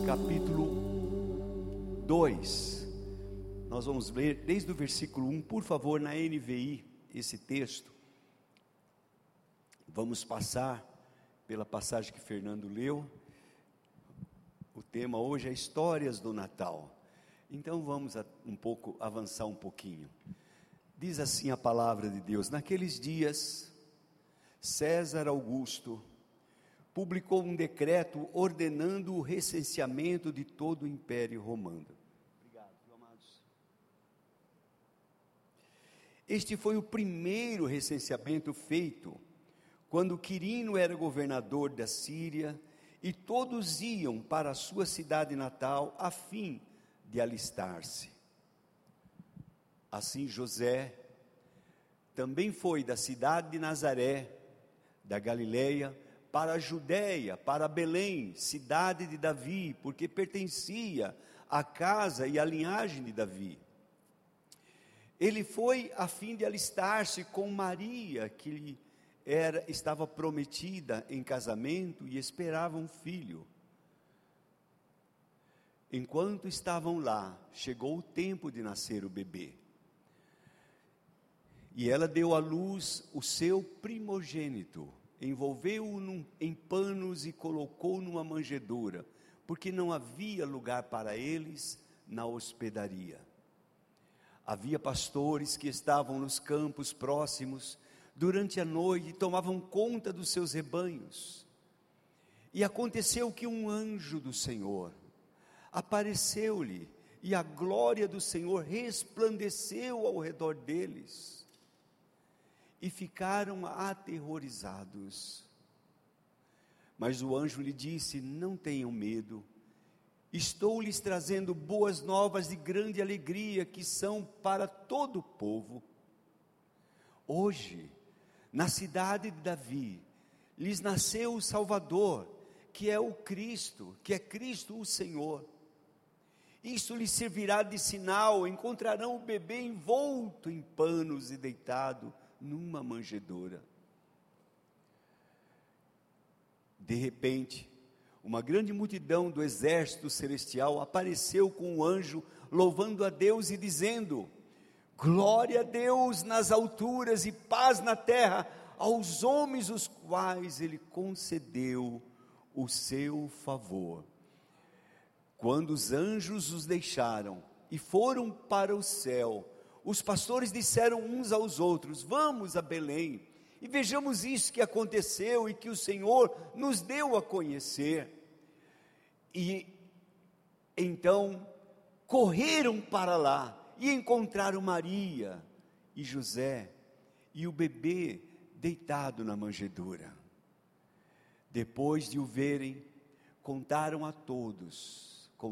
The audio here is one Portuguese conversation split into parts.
capítulo 2. Nós vamos ler desde o versículo 1, por favor, na NVI, esse texto. Vamos passar pela passagem que Fernando leu. O tema hoje é Histórias do Natal. Então vamos avançar um pouquinho. Diz assim a palavra de Deus: naqueles dias, César Augusto publicou um decreto ordenando o recenseamento de todo o Império Romano. Obrigado, amados. Este foi o primeiro recenseamento feito quando Quirino era governador da Síria, e todos iam para a sua cidade natal a fim de alistar-se. Assim José também foi da cidade de Nazaré, da Galileia, para a Judéia, para Belém, cidade de Davi, porque pertencia à casa e à linhagem de Davi. Ele foi a fim de alistar-se com Maria, que lhe estava prometida em casamento e esperava um filho. Enquanto estavam lá, chegou o tempo de nascer o bebê. E ela deu à luz o seu primogênito, envolveu-o em panos e colocou numa manjedoura, porque não havia lugar para eles na hospedaria. Havia pastores que estavam nos campos próximos durante a noite e tomavam conta dos seus rebanhos. E aconteceu que um anjo do Senhor apareceu-lhe, e a glória do Senhor resplandeceu ao redor deles. E ficaram aterrorizados. Mas o anjo lhe disse: não tenham medo, estou lhes trazendo boas novas de grande alegria, que são para todo o povo. Hoje, na cidade de Davi, lhes nasceu o Salvador, que é o Cristo, que é Cristo o Senhor. Isso lhes servirá de sinal: encontrarão o bebê envolto em panos e deitado numa manjedoura. De repente, uma grande multidão do exército celestial apareceu com o anjo, louvando a Deus e dizendo: glória a Deus nas alturas e paz na terra aos homens os quais Ele concedeu o seu favor. Quando os anjos os deixaram e foram para o céu, os pastores disseram uns aos outros: vamos a Belém e vejamos isso que aconteceu e que o Senhor nos deu a conhecer. E então correram para lá e encontraram Maria e José e o bebê deitado na manjedoura. Depois de o verem, contaram a todos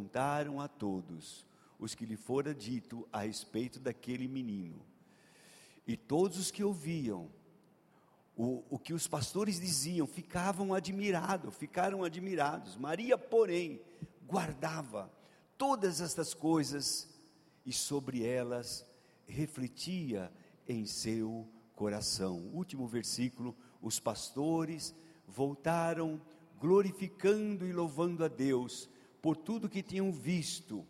os que lhe fora dito a respeito daquele menino. E todos os que ouviam o que os pastores diziam ficaram admirados. Maria, porém, guardava todas estas coisas e sobre elas refletia em seu coração. Último versículo: os pastores voltaram glorificando e louvando a Deus por tudo que tinham visto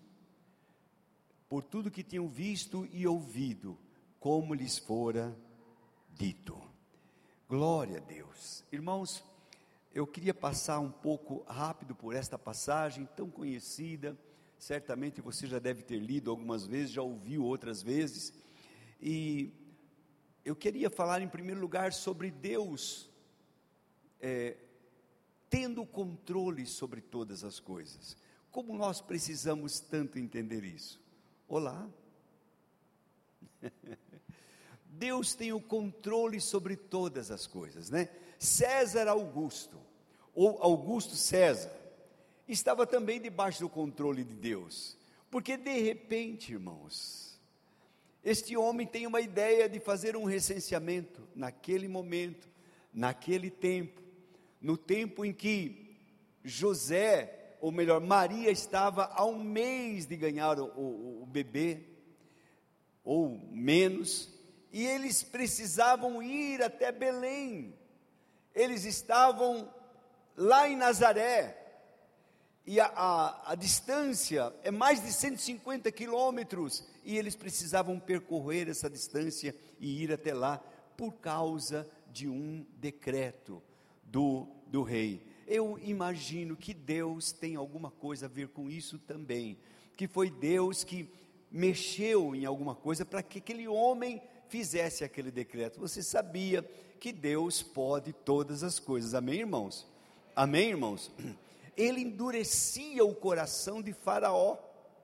e ouvido, como lhes fora dito. Glória a Deus. Irmãos, eu queria passar um pouco rápido por esta passagem tão conhecida. Certamente você já deve ter lido algumas vezes, já ouviu outras vezes. E eu queria falar em primeiro lugar sobre Deus tendo controle sobre todas as coisas. Como nós precisamos tanto entender isso? Olá. Deus tem o controle sobre todas as coisas, né? César Augusto, ou Augusto César, estava também debaixo do controle de Deus, porque de repente, irmãos, este homem tem uma ideia de fazer um recenseamento, naquele momento, naquele tempo, no tempo em que José, ou melhor, Maria estava a um mês de ganhar o bebê, ou menos, e eles precisavam ir até Belém. Eles estavam lá em Nazaré, e a distância é mais de 150 quilômetros, e eles precisavam percorrer essa distância e ir até lá, por causa de um decreto do rei. Eu imagino que Deus tem alguma coisa a ver com isso também, que foi Deus que mexeu em alguma coisa para que aquele homem fizesse aquele decreto. Você sabia que Deus pode todas as coisas, amém, irmãos? Amém, irmãos? Ele endurecia o coração de Faraó.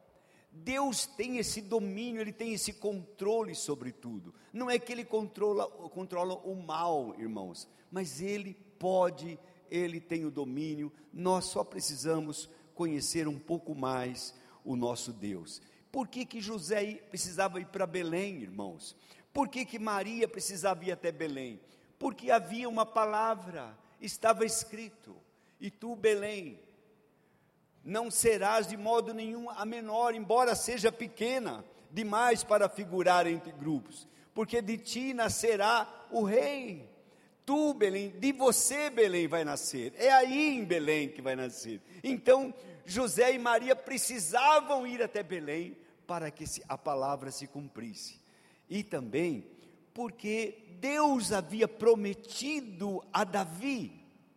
Deus tem esse domínio, Ele tem esse controle sobre tudo. Não é que Ele controla o mal, irmãos, mas Ele pode, Ele tem o domínio. Nós só precisamos conhecer um pouco mais o nosso Deus. Por que José precisava ir para Belém, irmãos? Por que Maria precisava ir até Belém? Porque havia uma palavra, estava escrito: e tu, Belém, não serás de modo nenhum a menor, embora seja pequena demais para figurar entre grupos, porque de ti nascerá o rei. Tu, Belém, de você, Belém, vai nascer. É aí em Belém que vai nascer. Então José e Maria precisavam ir até Belém para que a palavra se cumprisse. E também porque Deus havia prometido a Davi.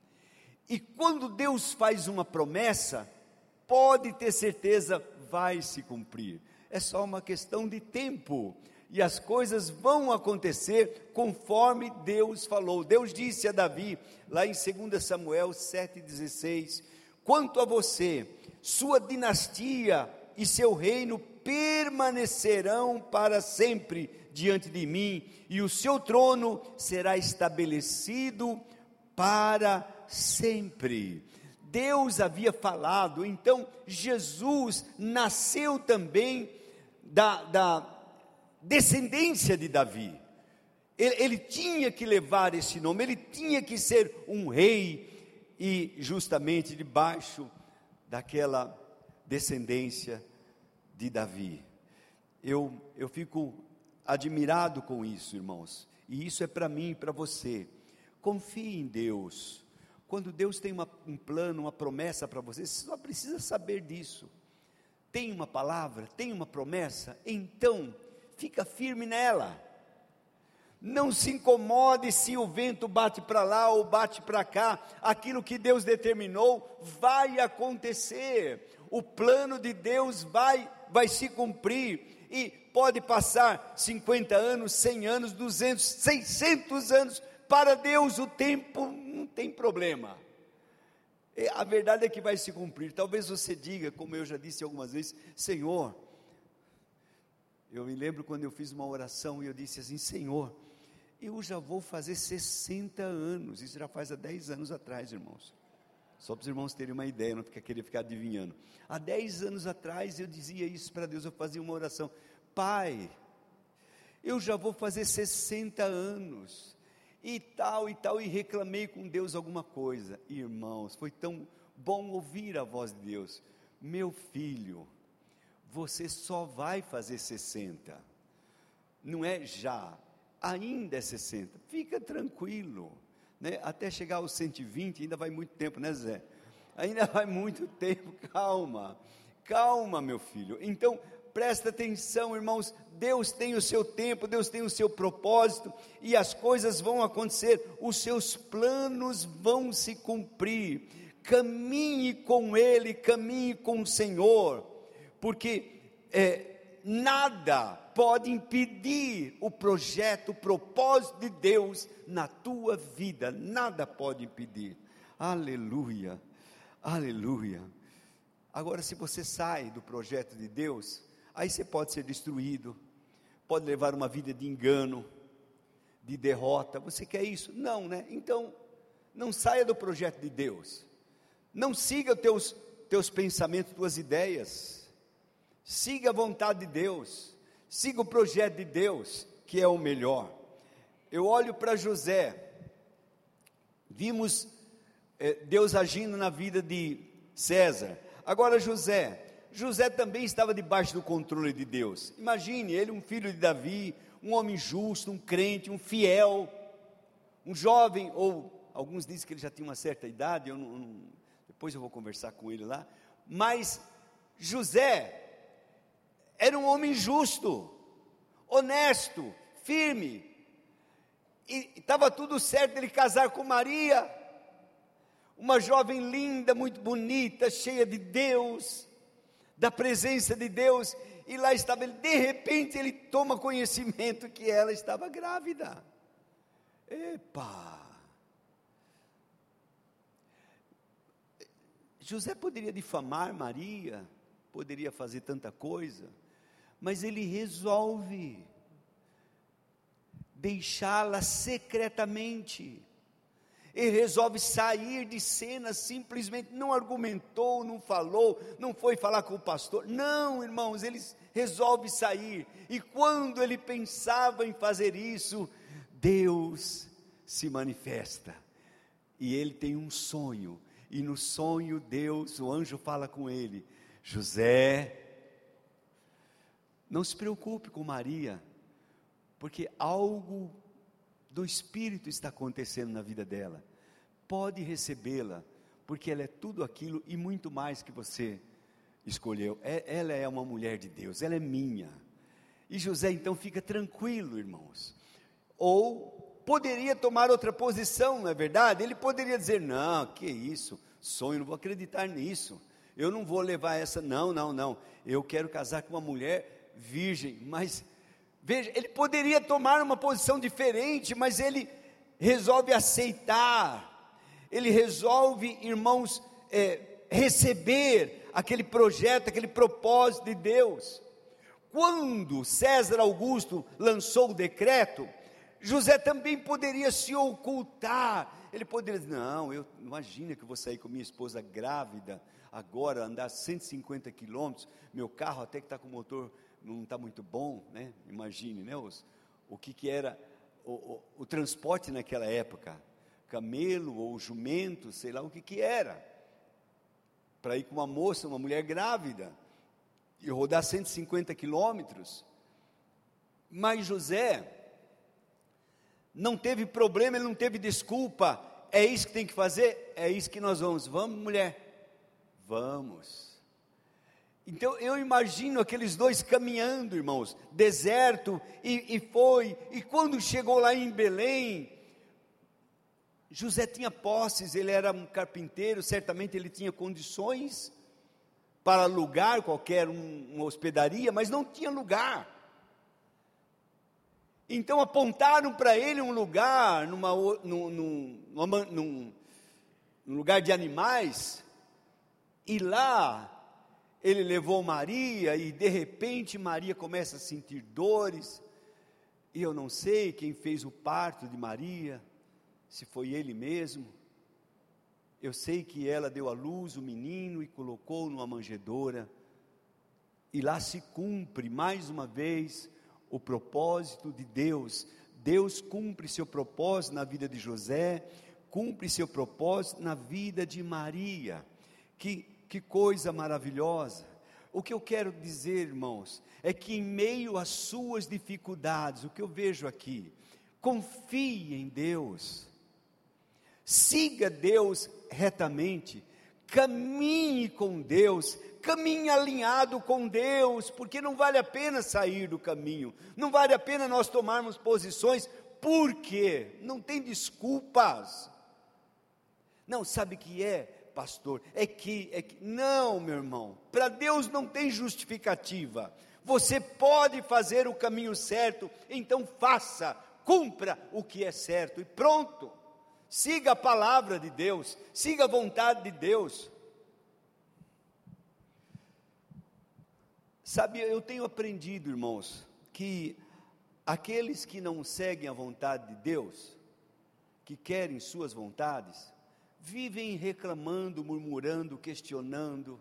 E quando Deus faz uma promessa, pode ter certeza, vai se cumprir. É só uma questão de tempo, e as coisas vão acontecer conforme Deus falou. Deus disse a Davi, lá em 2 Samuel 7,16: quanto a você, sua dinastia e seu reino permanecerão para sempre diante de mim, e o seu trono será estabelecido para sempre. Deus havia falado. Então Jesus nasceu também da descendência de Davi. Ele tinha que levar esse nome, ele tinha que ser um rei, e justamente debaixo daquela descendência de Davi. Eu fico admirado com isso, irmãos, e isso é para mim e para você. Confie em Deus. Quando Deus tem um plano, uma promessa para você, você só precisa saber disso. Tem uma palavra, tem uma promessa, então fica firme nela. Não se incomode se o vento bate para lá ou bate para cá. Aquilo que Deus determinou vai acontecer. O plano de Deus vai se cumprir. E pode passar 50 anos, 100 anos, 200, 600 anos. Para Deus o tempo não tem problema. A verdade é que vai se cumprir. Talvez você diga, como eu já disse algumas vezes: Senhor, eu me lembro quando eu fiz uma oração e eu disse assim: Senhor, eu já vou fazer 60 anos, isso já faz há 10 anos atrás, irmãos, só para os irmãos terem uma ideia, não querer ficar adivinhando. Há 10 anos atrás eu dizia isso para Deus, eu fazia uma oração: Pai, eu já vou fazer 60 anos, e tal, e reclamei com Deus alguma coisa. Irmãos, foi tão bom ouvir a voz de Deus: meu filho, você só vai fazer 60, não é já, ainda é 60, fica tranquilo, né? Até chegar aos 120 ainda vai muito tempo, né, Zé? Ainda vai muito tempo, calma, meu filho. Então, presta atenção, irmãos, Deus tem o seu tempo, Deus tem o seu propósito, e as coisas vão acontecer, os seus planos vão se cumprir. Caminhe com Ele, caminhe com o Senhor, porque nada pode impedir o projeto, o propósito de Deus na tua vida, nada pode impedir. Aleluia, aleluia. Agora, se você sai do projeto de Deus, aí você pode ser destruído, pode levar uma vida de engano, de derrota. Você quer isso? Não, né? Então, não saia do projeto de Deus, não siga teus pensamentos, tuas ideias, siga a vontade de Deus, siga o projeto de Deus, que é o melhor. Eu olho para José, vimos Deus agindo na vida de César. Agora José também estava debaixo do controle de Deus. Imagine, ele, um filho de Davi, um homem justo, um crente, um fiel, um jovem, ou alguns dizem que ele já tinha uma certa idade, depois eu vou conversar com ele lá, Mas José era um homem justo, honesto, firme, e estava tudo certo ele casar com Maria, uma jovem linda, muito bonita, cheia de Deus, da presença de Deus, e lá estava ele. De repente ele toma conhecimento que ela estava grávida. Epa! José poderia difamar Maria, poderia fazer tanta coisa, mas ele resolve deixá-la secretamente. Ele resolve sair de cena, simplesmente não argumentou, não falou, não foi falar com o pastor. Não, irmãos, ele resolve sair. E quando ele pensava em fazer isso, Deus se manifesta. E ele tem um sonho. E no sonho Deus, o anjo fala com ele: José, não se preocupe com Maria, porque algo do Espírito está acontecendo na vida dela. Pode recebê-la, porque ela é tudo aquilo e muito mais que você escolheu. Ela é uma mulher de Deus, ela é minha. E José então fica tranquilo, irmãos. Ou poderia tomar outra posição, não é verdade? Ele poderia dizer: não, que isso, sonho, não vou acreditar nisso, eu não vou levar essa, não, eu quero casar com uma mulher virgem. Mas veja, ele poderia tomar uma posição diferente, mas ele resolve aceitar, ele resolve, irmãos, receber aquele projeto, aquele propósito de Deus. Quando César Augusto lançou o decreto, José também poderia se ocultar. Ele poderia dizer: não, imagina que eu vou sair com minha esposa grávida, agora andar 150 quilômetros, meu carro até que está com o motor, não está muito bom, né? Imagine, né? O que era o transporte naquela época, camelo ou jumento, sei lá o que era, para ir com uma moça, uma mulher grávida, e rodar 150 quilômetros. Mas José não teve problema, ele não teve desculpa. É isso que tem que fazer? É isso que nós vamos. Vamos, mulher? Vamos. Então eu imagino aqueles dois caminhando, irmãos, deserto, e quando chegou lá em Belém, José tinha posses, ele era um carpinteiro, certamente ele tinha condições para alugar qualquer uma hospedaria, mas não tinha lugar. Então apontaram para ele um lugar, num lugar de animais, e lá ele levou Maria, e de repente Maria começa a sentir dores, e eu não sei quem fez o parto de Maria, se foi ele mesmo. Eu sei que ela deu à luz o menino e colocou numa manjedoura, e lá se cumpre mais uma vez o propósito de Deus. Deus cumpre seu propósito na vida de José, cumpre seu propósito na vida de Maria. Que coisa maravilhosa. O que eu quero dizer, irmãos, é que em meio às suas dificuldades, o que eu vejo aqui, confie em Deus, siga Deus retamente, caminhe com Deus, caminhe alinhado com Deus, porque não vale a pena sair do caminho, não vale a pena nós tomarmos posições, porque não tem desculpas. Não, sabe o que é, pastor? É que, não, meu irmão, para Deus não tem justificativa. Você pode fazer o caminho certo, então faça, cumpra o que é certo e pronto. Siga a palavra de Deus, siga a vontade de Deus. Sabe, eu tenho aprendido, irmãos, que aqueles que não seguem a vontade de Deus, que querem suas vontades, vivem reclamando, murmurando, questionando,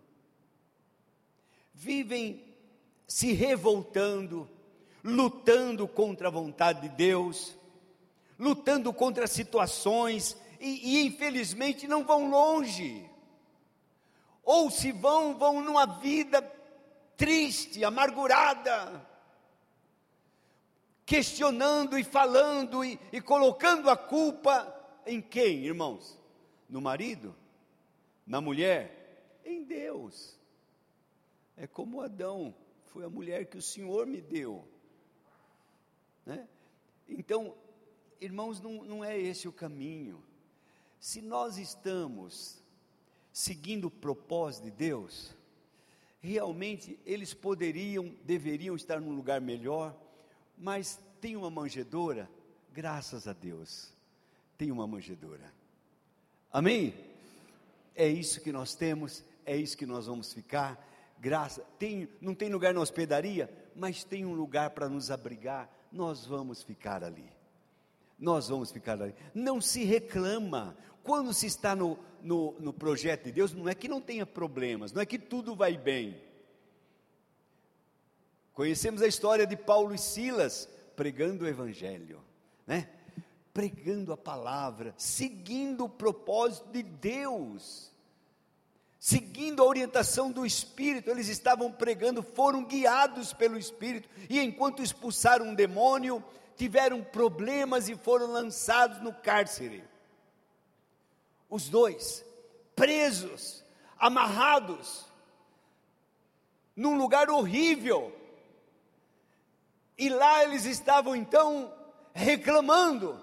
vivem se revoltando, lutando contra a vontade de Deus, lutando contra situações, e infelizmente não vão longe, ou se vão numa vida triste, amargurada, questionando e falando, e colocando a culpa em quem, irmãos? No marido? Na mulher? em Deus. É como Adão, foi a mulher que o Senhor me deu, né? Então, irmãos, não é esse o caminho. Se nós estamos seguindo o propósito de Deus, realmente eles deveriam estar num lugar melhor, mas tem uma manjedoura, graças a Deus, tem uma manjedoura, amém? É isso que nós temos, é isso que nós vamos ficar, não tem lugar na hospedaria, mas tem um lugar para nos abrigar, nós vamos ficar ali, não se reclama, quando se está no projeto de Deus, não é que não tenha problemas, não é que tudo vai bem. Conhecemos a história de Paulo e Silas, pregando o Evangelho, né? Pregando a palavra, seguindo o propósito de Deus, seguindo a orientação do Espírito, eles estavam pregando, foram guiados pelo Espírito, e enquanto expulsaram um demônio, tiveram problemas e foram lançados no cárcere, os dois, presos, amarrados, num lugar horrível, e lá eles estavam então, reclamando,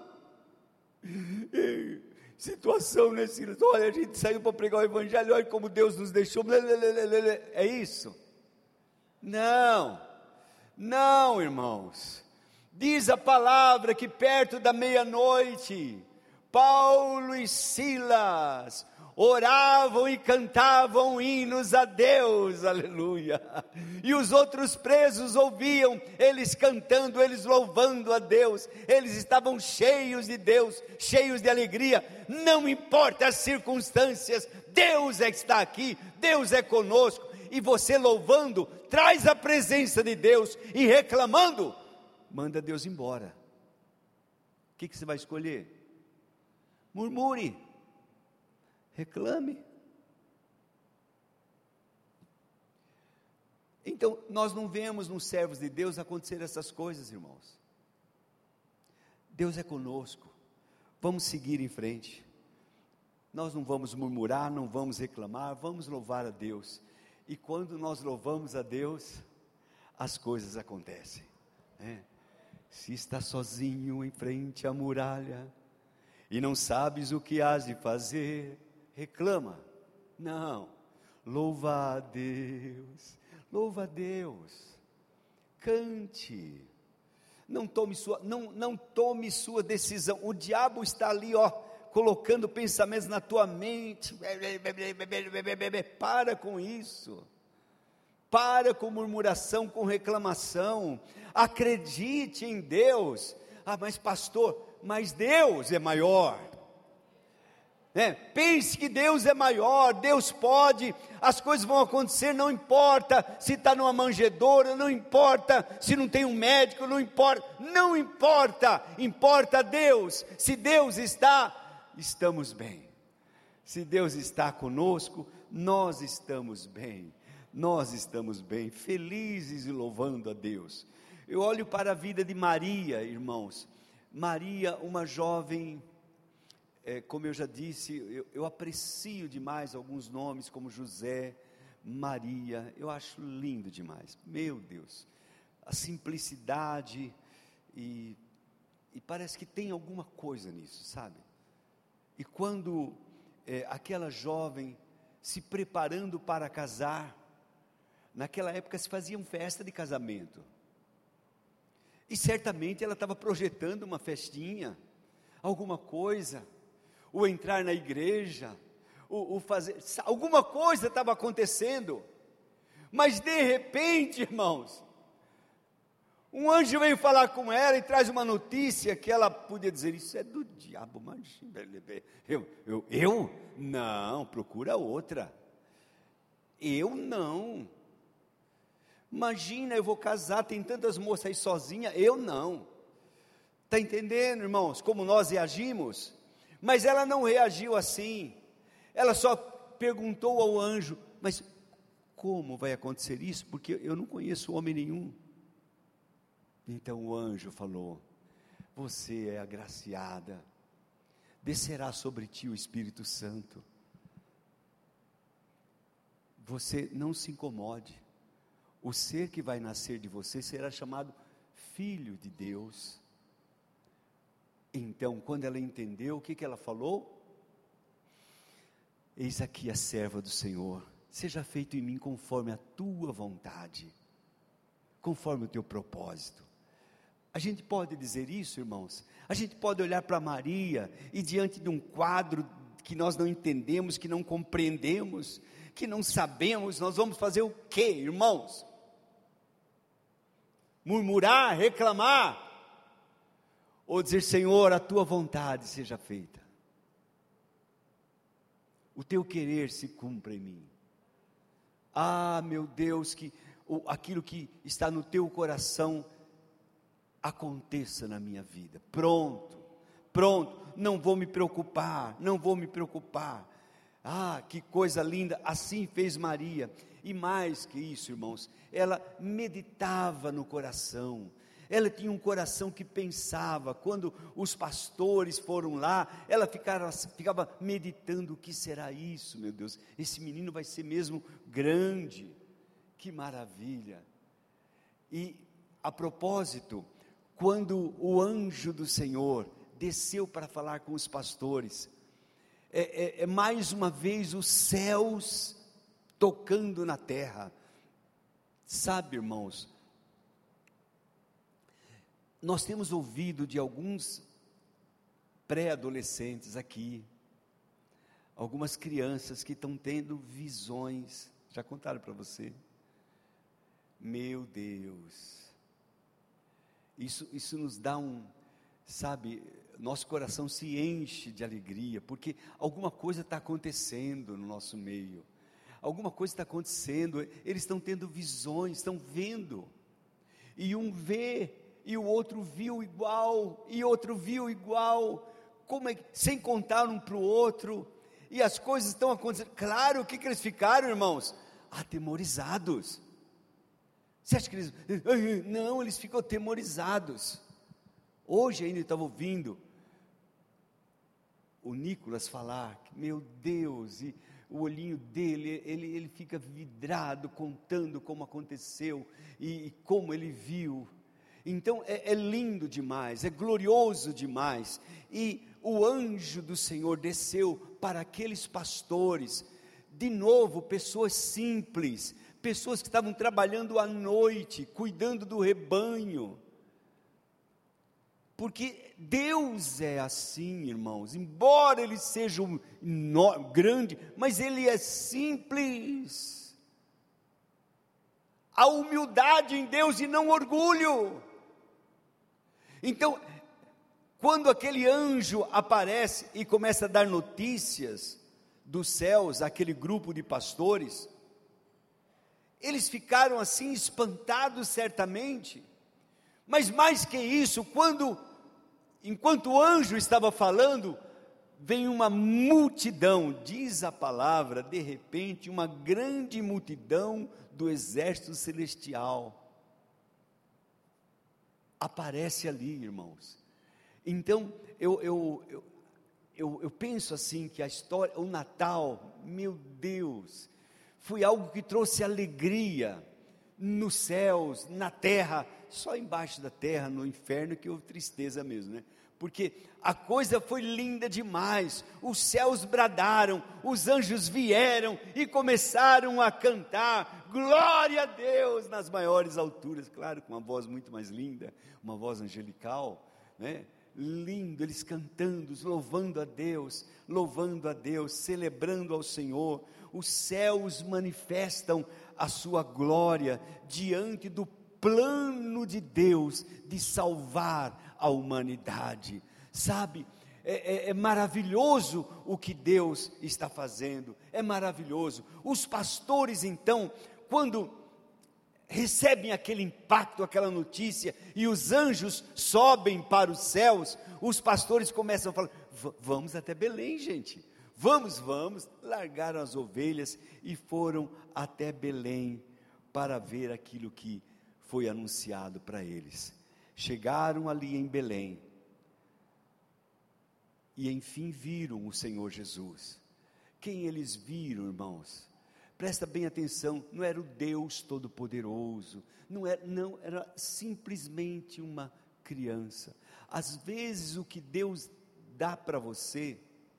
situação, né, Silas? Olha, a gente saiu para pregar o Evangelho, olha como Deus nos deixou, é isso? Não, irmãos, diz a palavra que perto da meia-noite, Paulo e Silas oravam e cantavam hinos a Deus, aleluia, e os outros presos ouviam, eles cantando, eles louvando a Deus, eles estavam cheios de Deus, cheios de alegria, não importa as circunstâncias, Deus é que está aqui, Deus é conosco, e você louvando, traz a presença de Deus, e reclamando, manda Deus embora. O que você vai escolher? Murmure, reclame. Então, nós não vemos nos servos de Deus acontecer essas coisas, irmãos. Deus é conosco, vamos seguir em frente, nós não vamos murmurar, não vamos reclamar, vamos louvar a Deus, e quando nós louvamos a Deus, as coisas acontecem, né? Se está sozinho em frente à muralha, e não sabes o que has de fazer, reclama, não, louva a Deus, cante, não tome sua decisão, o diabo está ali, colocando pensamentos na tua mente, para com isso, para com murmuração, com reclamação, acredite em Deus, mas pastor, mas Deus é maior, pense que Deus é maior, Deus pode, as coisas vão acontecer, não importa se está numa manjedoura, não importa se não tem um médico, não importa, importa Deus, se Deus está, estamos bem, se Deus está conosco, nós estamos bem, felizes e louvando a Deus. Eu olho para a vida de Maria, irmãos, Maria, uma jovem, como eu já disse, eu aprecio demais alguns nomes como José, Maria, eu acho lindo demais, meu Deus, a simplicidade, e parece que tem alguma coisa nisso, sabe? E quando aquela jovem se preparando para casar, naquela época se faziam festa de casamento, e certamente ela estava projetando uma festinha, alguma coisa, o entrar na igreja, o fazer, alguma coisa estava acontecendo, mas de repente, irmãos, um anjo veio falar com ela e traz uma notícia que ela podia dizer, isso é do diabo, imagina, eu? Não, procura outra, eu não, imagina, eu vou casar, tem tantas moças aí sozinha, eu não, está entendendo, irmãos, como nós reagimos? Mas ela não reagiu assim, ela só perguntou ao anjo, mas como vai acontecer isso? Porque eu não conheço homem nenhum. Então o anjo falou, você é agraciada, descerá sobre ti o Espírito Santo, você não se incomode, o ser que vai nascer de você será chamado Filho de Deus. Então, quando ela entendeu, o que ela falou? Eis aqui a serva do Senhor, seja feito em mim conforme a tua vontade, conforme o teu propósito. A gente pode dizer isso, irmãos? A gente pode olhar para Maria e diante de um quadro que nós não entendemos, que não compreendemos, que não sabemos, nós vamos fazer o quê, irmãos? Murmurar, reclamar, ou dizer: Senhor, a tua vontade seja feita, o teu querer se cumpra em mim. Ah, meu Deus, que aquilo que está no teu coração aconteça na minha vida. Pronto, não vou me preocupar. Ah, que coisa linda, assim fez Maria. E mais que isso, irmãos, ela meditava no coração, ela tinha um coração que pensava. Quando os pastores foram lá, ela ficava meditando: o que será isso, meu Deus, esse menino vai ser mesmo grande, que maravilha. E a propósito, quando o anjo do Senhor desceu para falar com os pastores, mais uma vez os céus tocando na terra. Sabe, irmãos, nós temos ouvido de alguns pré-adolescentes aqui, algumas crianças que estão tendo visões. Já contaram para você? Meu Deus, isso nos dá sabe, nosso coração se enche de alegria, porque alguma coisa está acontecendo no nosso meio, alguma coisa está acontecendo, eles estão tendo visões, estão vendo, e um vê, e o outro viu igual, e outro viu igual, sem contar um para o outro, e as coisas estão acontecendo. Claro, o que eles ficaram, irmãos? Atemorizados. Você acha que eles... Não, eles ficam atemorizados. Hoje ainda eu estava ouvindo o Nicolas falar, meu Deus, e o olhinho dele, ele fica vidrado, contando como aconteceu, e como ele viu. Então é lindo demais, é glorioso demais. E o anjo do Senhor desceu para aqueles pastores, de novo, pessoas simples, pessoas que estavam trabalhando à noite, cuidando do rebanho, porque Deus é assim, irmãos, embora Ele seja grande, mas Ele é simples. A humildade em Deus e não orgulho. Então, quando aquele anjo aparece e começa a dar notícias dos céus àquele grupo de pastores, eles ficaram assim espantados certamente, mas mais que isso, enquanto o anjo estava falando, vem uma multidão, diz a palavra, de repente, uma grande multidão do exército celestial, aparece ali, irmãos. Então, eu penso assim, que a história, o Natal, meu Deus, foi algo que trouxe alegria, nos céus, na terra, só embaixo da terra, no inferno, que houve tristeza mesmo, né? Porque a coisa foi linda demais, os céus bradaram, os anjos vieram e começaram a cantar, glória a Deus, nas maiores alturas, claro, com uma voz muito mais linda, uma voz angelical, né? Lindo, eles cantando, louvando a Deus, celebrando ao Senhor. Os céus manifestam a sua glória diante do plano de Deus de salvar a humanidade. Sabe, é maravilhoso o que Deus está fazendo, é maravilhoso. Os pastores então, quando recebem aquele impacto, aquela notícia, e os anjos sobem para os céus, os pastores começam a falar: vamos até Belém, gente, vamos, largaram as ovelhas e foram até Belém, para ver aquilo que foi anunciado para eles. Chegaram ali em Belém, e enfim viram o Senhor Jesus. Quem eles viram, irmãos? presta bem atenção, não era o Deus Todo-Poderoso, não, era simplesmente uma criança. Às vezes o que Deus dá para você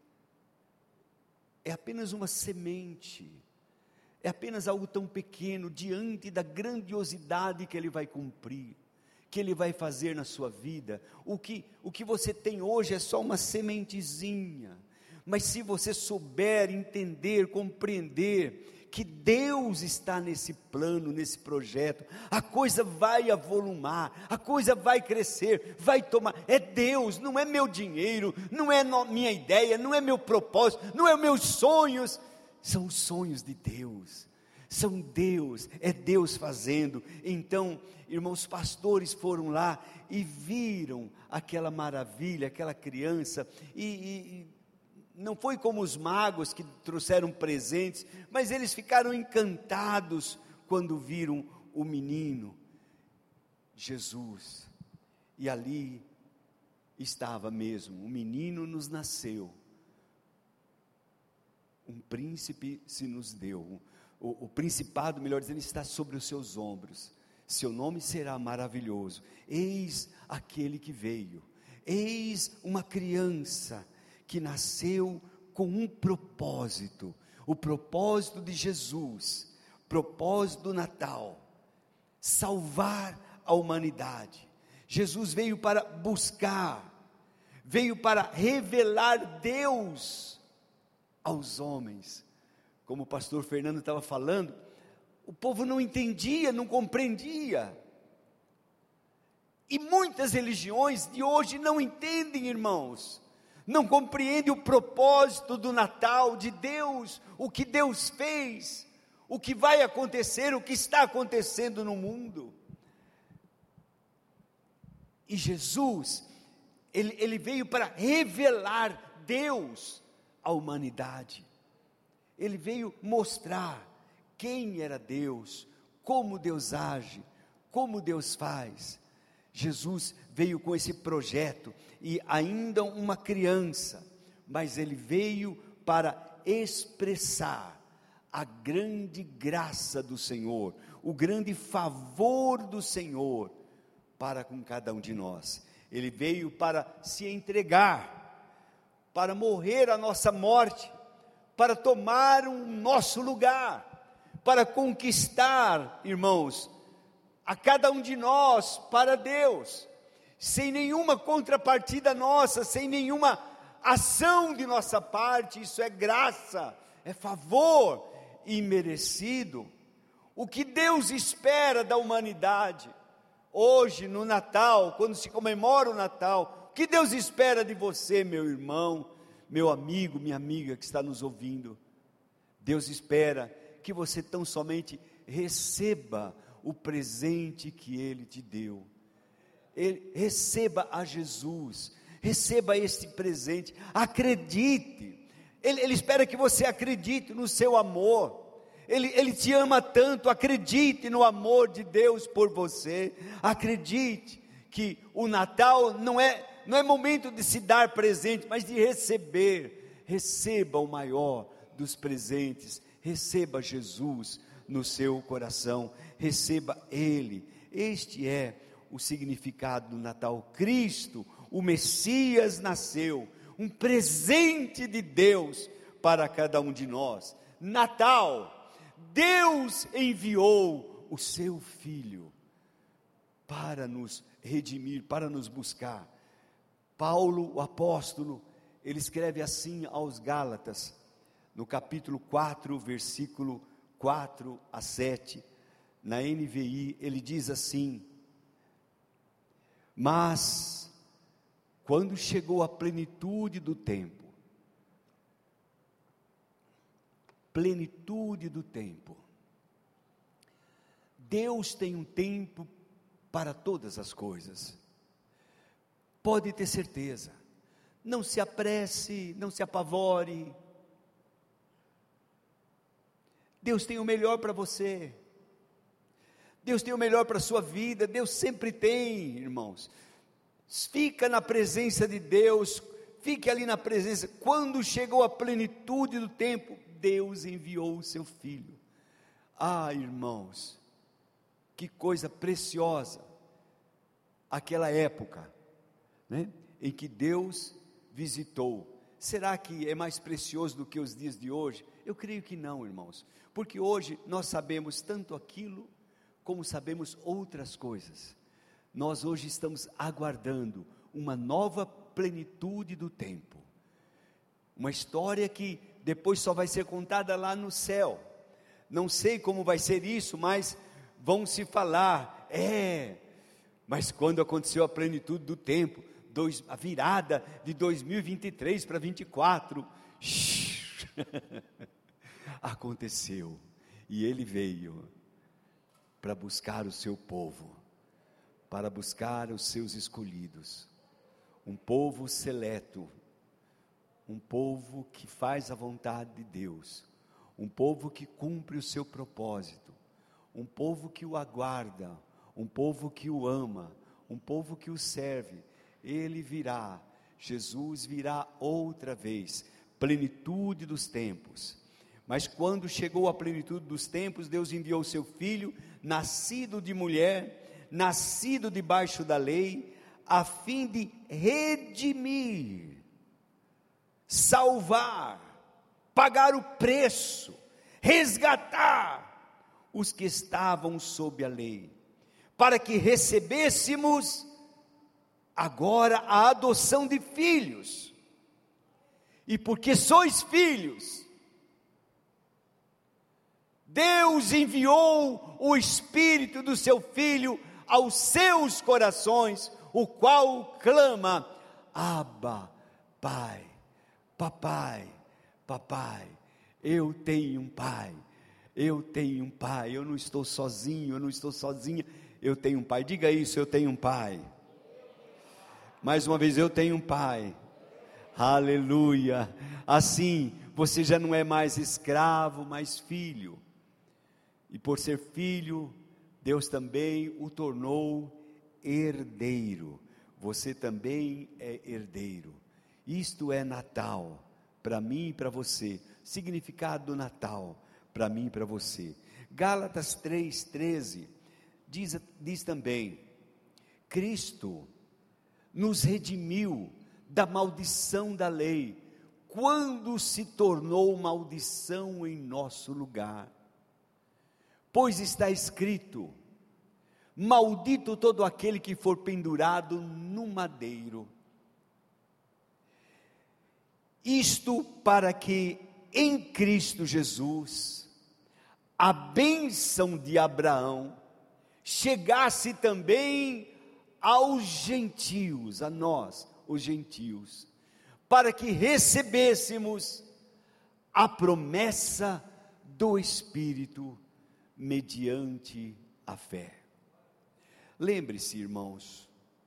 é apenas uma semente, é apenas algo tão pequeno diante da grandiosidade que Ele vai cumprir, que Ele vai fazer na sua vida. O que você tem hoje é só uma sementezinha, mas se você souber entender, compreender que Deus está nesse plano, nesse projeto, a coisa vai avolumar, a coisa vai crescer, vai tomar, é Deus, não é meu dinheiro, não é minha ideia, não é meu propósito, não é meus sonhos, são os sonhos de Deus, são Deus, é Deus fazendo. Então, irmãos, pastores foram lá e viram aquela maravilha, aquela criança, e não foi como os magos que trouxeram presentes, mas eles ficaram encantados quando viram o menino, Jesus, e ali estava mesmo, o menino nos nasceu, um príncipe se nos deu, o principado, melhor dizendo, está sobre os seus ombros, seu nome será maravilhoso, eis aquele que veio, eis uma criança, que nasceu com um propósito, o propósito de Jesus, propósito do Natal, salvar a humanidade. Jesus veio para buscar, veio para revelar Deus aos homens. Como o pastor Fernando estava falando, o povo não entendia, não compreendia, e muitas religiões de hoje não entendem, irmãos, não compreende o propósito do Natal, de Deus, o que Deus fez, o que vai acontecer, o que está acontecendo no mundo. E Jesus, ele veio para revelar Deus à humanidade, ele veio mostrar quem era Deus, como Deus age, como Deus faz. Jesus veio com esse projeto, e ainda uma criança, mas ele veio para expressar a grande graça do Senhor, o grande favor do Senhor para com cada um de nós. Ele veio para se entregar, para morrer a nossa morte, para tomar o nosso lugar, para conquistar, irmãos, a cada um de nós para Deus, sem nenhuma contrapartida nossa, sem nenhuma ação de nossa parte. Isso é graça, é favor imerecido. O que Deus espera da humanidade, hoje no Natal, quando se comemora o Natal, o que Deus espera de você, meu irmão, meu amigo, minha amiga que está nos ouvindo? Deus espera que você tão somente receba o presente que Ele te deu. Receba a Jesus, receba este presente, acredite, Ele espera que você acredite no seu amor, Ele te ama tanto, acredite no amor de Deus por você, acredite que o Natal não é momento de se dar presente, mas de receber. Receba o maior dos presentes, receba Jesus no seu coração, receba Ele. Este é o significado do Natal. Cristo, o Messias, nasceu, um presente de Deus para cada um de nós. Natal, Deus enviou o seu Filho para nos redimir, para nos buscar. Paulo, o apóstolo, ele escreve assim aos Gálatas, no capítulo 4, versículo 4 a 7, na NVI, ele diz assim: mas, quando chegou a plenitude do tempo, Deus tem um tempo para todas as coisas, pode ter certeza, não se apresse, não se apavore, Deus tem o melhor para você, Deus tem o melhor para a sua vida, Deus sempre tem, irmãos. Fica na presença de Deus, fique ali na presença. Quando chegou a plenitude do tempo, Deus enviou o seu Filho. Ah, irmãos, que coisa preciosa, aquela época, né, em que Deus visitou. Será que é mais precioso do que os dias de hoje? Eu creio que não, irmãos, porque hoje nós sabemos tanto aquilo, como sabemos outras coisas. Nós hoje estamos aguardando uma nova plenitude do tempo, uma história que depois só vai ser contada lá no céu. Não sei como vai ser isso, mas vão se falar, mas quando aconteceu a plenitude do tempo, a virada de 2023 para 24, aconteceu, e Ele veio para buscar o seu povo, para buscar os seus escolhidos, um povo seleto, um povo que faz a vontade de Deus, um povo que cumpre o seu propósito, um povo que o aguarda, um povo que o ama, um povo que o serve. Ele virá, Jesus virá outra vez, plenitude dos tempos. Mas quando chegou a plenitude dos tempos, Deus enviou o seu Filho, nascido de mulher, nascido debaixo da lei, a fim de redimir, salvar, pagar o preço, resgatar os que estavam sob a lei, para que recebêssemos agora a adoção de filhos. E porque sois filhos, Deus enviou o Espírito do seu Filho aos seus corações, o qual clama: Abba, Pai, papai, papai, eu tenho um pai, eu tenho um pai, eu não estou sozinho, eu não estou sozinha, eu tenho um pai. Diga isso: eu tenho um pai. Mais uma vez: eu tenho um pai. Aleluia. Assim você já não é mais escravo, mas filho. E por ser filho, Deus também o tornou herdeiro. Você também é herdeiro. Isto é Natal, para mim e para você. Significado do Natal, para mim e para você. Gálatas 3,13 diz também: Cristo nos redimiu da maldição da lei, quando se tornou maldição em nosso lugar. Pois está escrito: maldito todo aquele que for pendurado no madeiro. Isto para que em Cristo Jesus a bênção de Abraão chegasse também aos gentios, a nós, os gentios, para que recebêssemos a promessa do Espírito mediante a fé. Lembre-se, irmãos,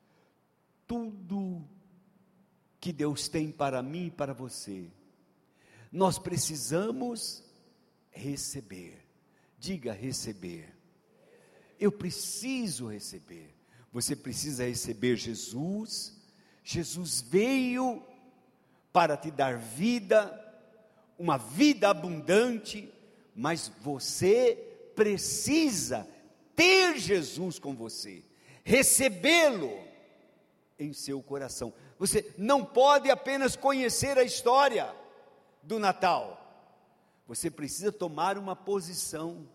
tudo que Deus tem para mim e para você, nós precisamos receber. Diga: receber. Eu preciso receber. Você precisa receber Jesus. Jesus veio para te dar vida, uma vida abundante, mas você precisa ter Jesus com você, recebê-lo em seu coração. Você não pode apenas conhecer a história do Natal, você precisa tomar uma posição,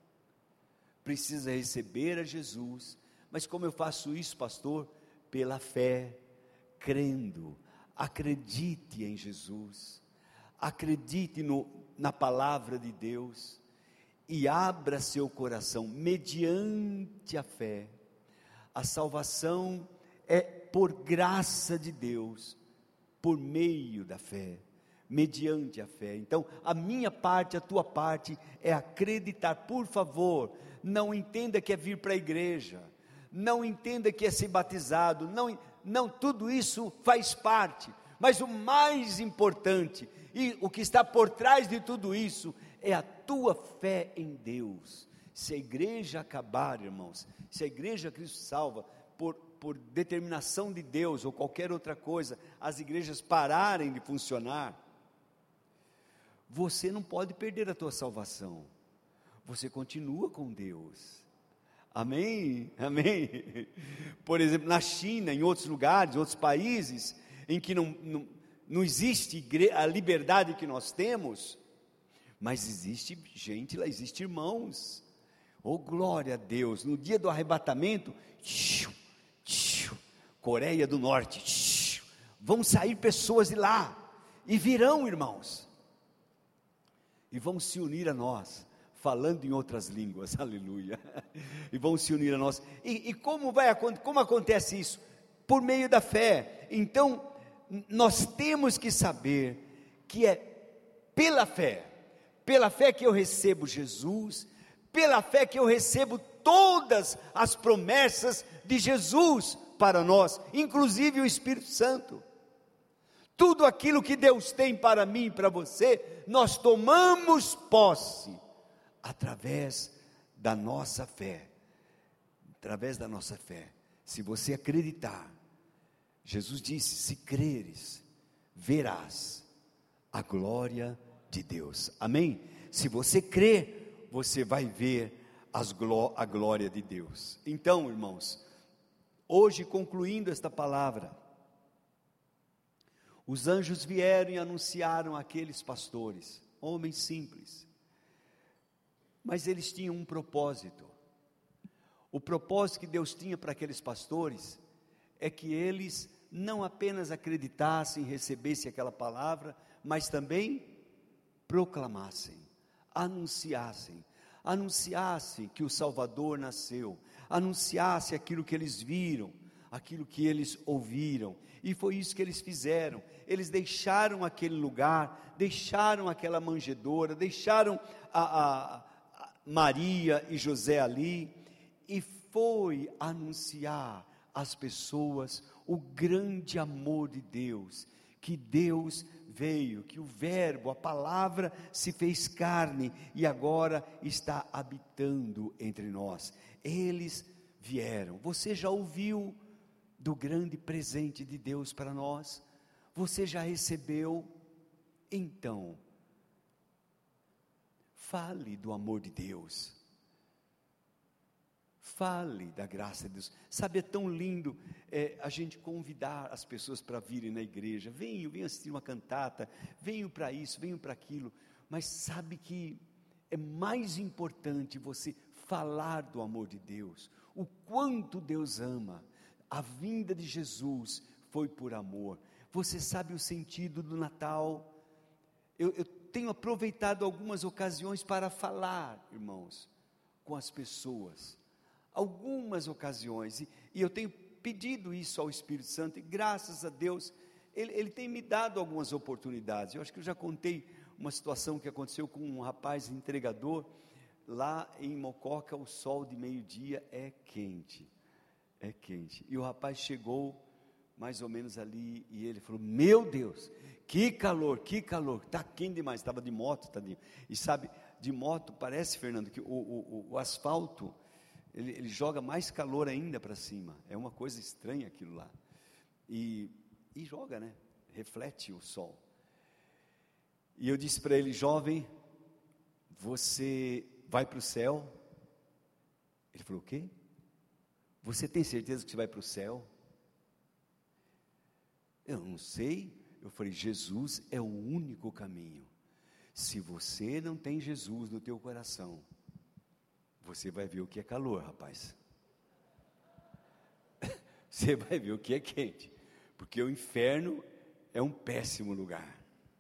precisa receber a Jesus. Mas como eu faço isso, pastor? Pela fé, crendo. Acredite em Jesus, acredite na palavra de Deus, e abra seu coração mediante a fé. A salvação é por graça de Deus, por meio da fé, mediante a fé. Então, a minha parte, a tua parte, é acreditar. Por favor, não entenda que é vir para a igreja, não entenda que é ser batizado, não, tudo isso faz parte, mas o mais importante, e o que está por trás de tudo isso, é a tua fé em Deus. Se a igreja acabar, irmãos, se a igreja Cristo Salva, por determinação de Deus, ou qualquer outra coisa, as igrejas pararem de funcionar, você não pode perder a tua salvação, você continua com Deus. Amém? Amém? Por exemplo, na China, em outros lugares, outros países, em que não existe a liberdade que nós temos, mas existe gente lá, existe irmãos. Oh, glória a Deus! No dia do arrebatamento, Coreia do Norte, vão sair pessoas de lá, e virão, irmãos, e vão se unir a nós, falando em outras línguas, aleluia, e vão se unir a nós, e como acontece isso? Por meio da fé. Então, nós temos que saber, que é pela fé que eu recebo Jesus, pela fé que eu recebo todas as promessas de Jesus para nós, inclusive o Espírito Santo. Tudo aquilo que Deus tem para mim e para você, nós tomamos posse, através da nossa fé, se você acreditar. Jesus disse: se creres, verás a glória de Deus, amém? Se você crer, você vai ver a glória de Deus. Então, irmãos, hoje, concluindo esta palavra, os anjos vieram e anunciaram àqueles pastores, homens simples, mas eles tinham um propósito. O propósito que Deus tinha para aqueles pastores é que eles não apenas acreditassem, recebessem aquela palavra, mas também proclamassem, anunciassem que o Salvador nasceu, anunciassem aquilo que eles viram, aquilo que eles ouviram, e foi isso que eles fizeram. Eles deixaram aquele lugar, deixaram aquela manjedoura, deixaram a Maria e José ali, e foi anunciar às pessoas o grande amor de Deus, que Deus veio, que o verbo, a palavra se fez carne, e agora está habitando entre nós. Eles vieram. Você já ouviu do grande presente de Deus para nós? Você já recebeu? Então, fale do amor de Deus, fale da graça de Deus. Sabe, é tão lindo a gente convidar as pessoas para virem na igreja. Venham assistir uma cantata, venham para isso, venham para aquilo, mas sabe que é mais importante você falar do amor de Deus, o quanto Deus ama. A vinda de Jesus foi por amor. Você sabe o sentido do Natal? Eu tenho aproveitado algumas ocasiões para falar, irmãos, com as pessoas, algumas ocasiões, e eu tenho pedido isso ao Espírito Santo, e graças a Deus, Ele tem me dado algumas oportunidades. Eu acho que eu já contei uma situação que aconteceu com um rapaz entregador, lá em Mococa. O sol de meio-dia é quente, e o rapaz chegou mais ou menos ali, e ele falou: meu Deus, que calor, está quente demais. Estava de moto, tadinho, e sabe, de moto parece, Fernando, que o asfalto, ele joga mais calor ainda para cima, é uma coisa estranha aquilo lá, e joga, né, reflete o sol. E eu disse para ele: jovem, você vai para o céu? Ele falou: o quê? Você tem certeza que você vai para o céu? Eu não sei. Eu falei: Jesus é o único caminho. Se você não tem Jesus no teu coração, você vai ver o que é calor, rapaz. Você vai ver o que é quente, porque o inferno é um péssimo lugar.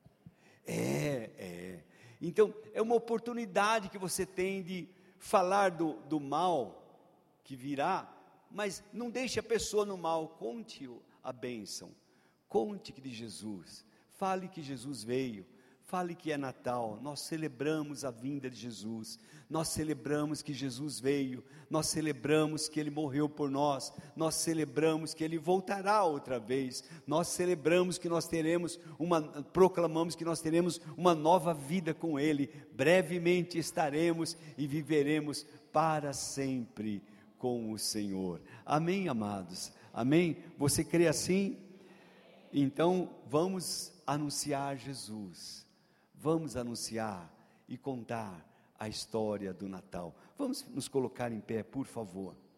Então, é uma oportunidade que você tem de falar do mal que virá, mas não deixe a pessoa no mal. Conte a bênção, conte de Jesus, fale que Jesus veio, fale que é Natal. Nós celebramos a vinda de Jesus, nós celebramos que Jesus veio, nós celebramos que Ele morreu por nós, nós celebramos que Ele voltará outra vez, nós celebramos que proclamamos que nós teremos uma nova vida com Ele, brevemente estaremos e viveremos para sempre com o Senhor. Amém, amados? Amém? Você crê assim? Então, vamos anunciar Jesus, vamos anunciar e contar a história do Natal. Vamos nos colocar em pé, por favor.